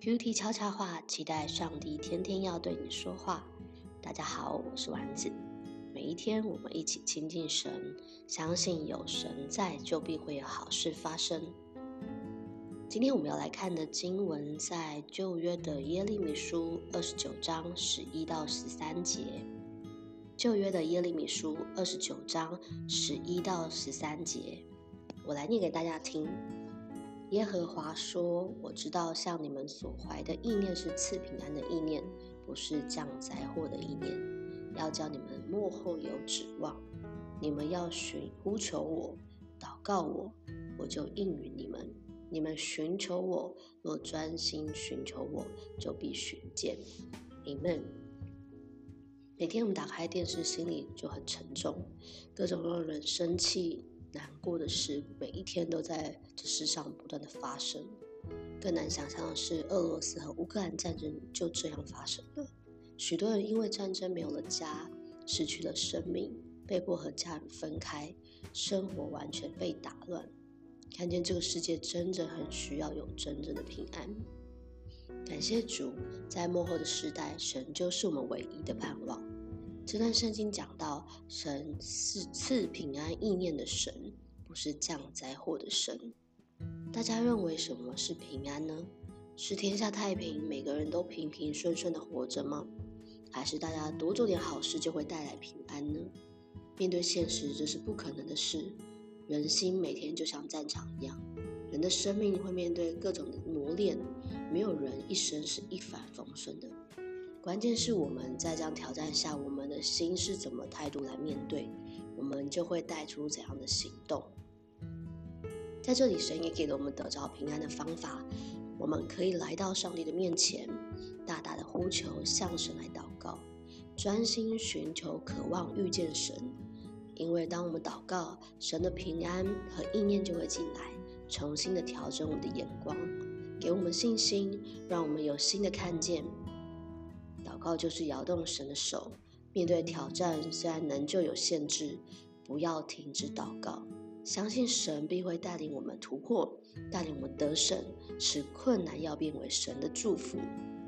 QT 悄悄话，期待上帝天天要对你说话。大家好，我是丸子。每一天我们一起亲近神，相信有神在，就必会有好事发生。今天我们要来看的经文在旧约的耶利米书29章11到13节。旧约的耶利米书29章11到13节，我来念给大家听。耶和华说，我知道向你们所怀的意念是赐平安的意念，不是降灾祸的意念，要叫你们末后有指望。你们要呼求我，祷告我，我就应允你们。你们寻求我，若专心寻求我，就必寻见。Amen。每天我们打开电视，心里就很沉重，各种让人生气难过的事，每一天都在这世上不断的发生。更难想象的是，俄罗斯和乌克兰战争就这样发生了。许多人因为战争没有了家，失去了生命，被迫和家人分开，生活完全被打乱。看见这个世界真的很需要有真正的平安。感谢主，在末后的时代，神就是我们唯一的盼望。这段圣经讲到，神是赐平安意念的神，不是降灾祸的神。大家认为什么是平安呢？是天下太平，每个人都平平顺顺的活着吗？还是大家多做点好事就会带来平安呢？面对现实，这是不可能的事。人心每天就像战场一样，人的生命会面对各种的磨练，没有人一生是一帆风顺的。关键是我们在这样挑战下，我们的心是怎么态度来面对，我们就会带出怎样的行动。在这里，神也给了我们得着平安的方法，我们可以来到上帝的面前，大大的呼求，向神来祷告，专心寻求，渴望遇见神。因为当我们祷告，神的平安和意念就会进来，重新的调整我们的眼光，给我们信心，让我们有新的看见。祷告就是摇动神的手，面对挑战，虽然能就有限制，不要停止祷告，相信神必会带领我们突破，带领我们得胜，使困难要变为神的祝福。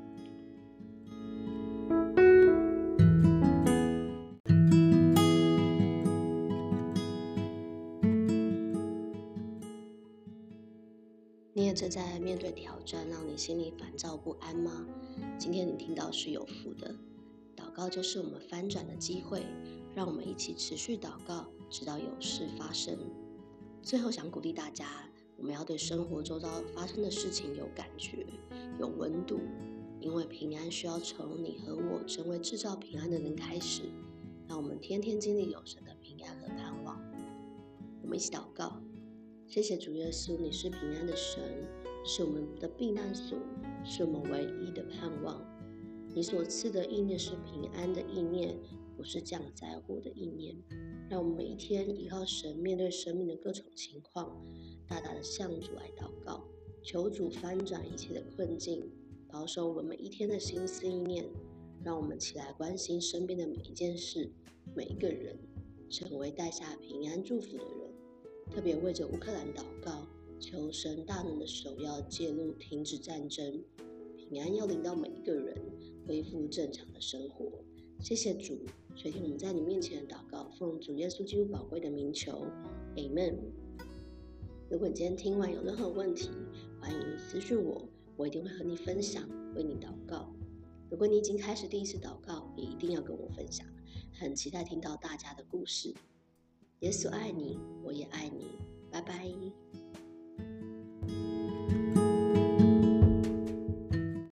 你也正在面对挑战，让你心里烦躁不安吗？今天你听到是有福的。祷告就是我们翻转的机会，让我们一起持续祷告，直到有事发生。最后想鼓励大家，我们要对生活周遭发生的事情有感觉，有温度，因为平安需要从你和我成为制造平安的人开始。让我们天天经历有神的平安和盼望。我们一起祷告。谢谢主耶稣，你是平安的神，是我们的避难所，是我们唯一的盼望。你所赐的意念是平安的意念，不是降灾祸的意念。让我们每一天依靠神，面对生命的各种情况，大大的向主来祷告，求主翻转一切的困境，保守我们每一天的心思意念。让我们起来关心身边的每一件事，每一个人，成为带下平安祝福的人。特别为着乌克兰祷告，求神大能的手要介入，停止战争，平安要临到每一个人，恢复正常的生活。谢谢主，垂听我们在你面前的祷告，奉主耶稣基督宝贵的名求 Amen。 如果你今天听完有任何问题，欢迎私讯我，我一定会和你分享，为你祷告。如果你已经开始第一次祷告，也一定要跟我分享，很期待听到大家的故事。耶稣爱你，我也爱你，拜拜。